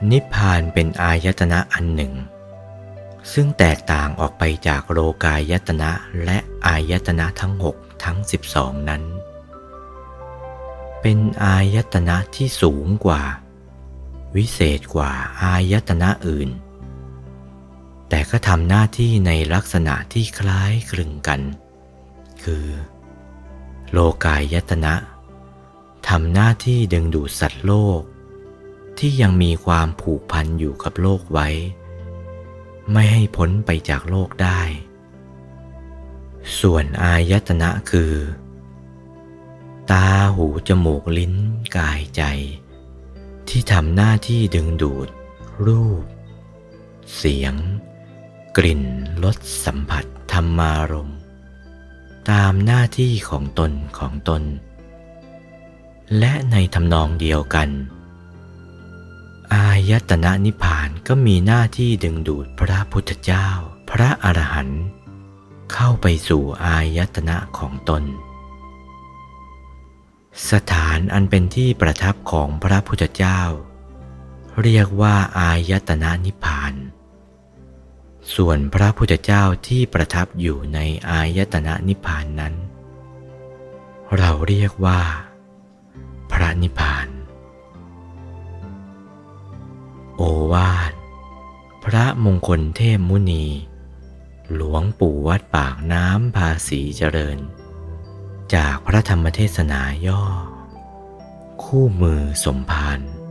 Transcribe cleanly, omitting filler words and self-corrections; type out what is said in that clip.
นิพพานเป็นอายตนะอันหนึ่งซึ่งแตกต่างออกไปจากโลกายตนะและอายตนะทั้ง6ทั้ง12นั้นเป็นอายตนะที่สูงกว่าวิเศษกว่าอายตนะอื่นแต่ก็ทำหน้าที่ในลักษณะที่คล้ายคลึงกันคือโลกายตนะทำหน้าที่ดึงดูดสัตว์โลกที่ยังมีความผูกพันอยู่กับโลกไว้ไม่ให้พ้นไปจากโลกได้ส่วนอายตนะคือตาหูจมูกลิ้นกายใจที่ทำหน้าที่ดึงดูดรูปเสียงกลิ่นรสสัมผัสธรรมารมณ์ตามหน้าที่ของตนและในทำนองเดียวกันอายตนะนิพพานก็มีหน้าที่ดึงดูดพระพุทธเจ้าพระอรหันต์เข้าไปสู่อายตนะของตนสถานอันเป็นที่ประทับของพระพุทธเจ้าเรียกว่าอายตนะนิพพานส่วนพระพุทธเจ้าที่ประทับอยู่ในอายตนะนิพพานนั้นเราเรียกว่าพระนิพพานโอวาทพระมงคลเทพมุนีหลวงปู่วัดปากน้ำภาษีเจริญจากพระธรรมเทศนาย่อคู่มือสมภาร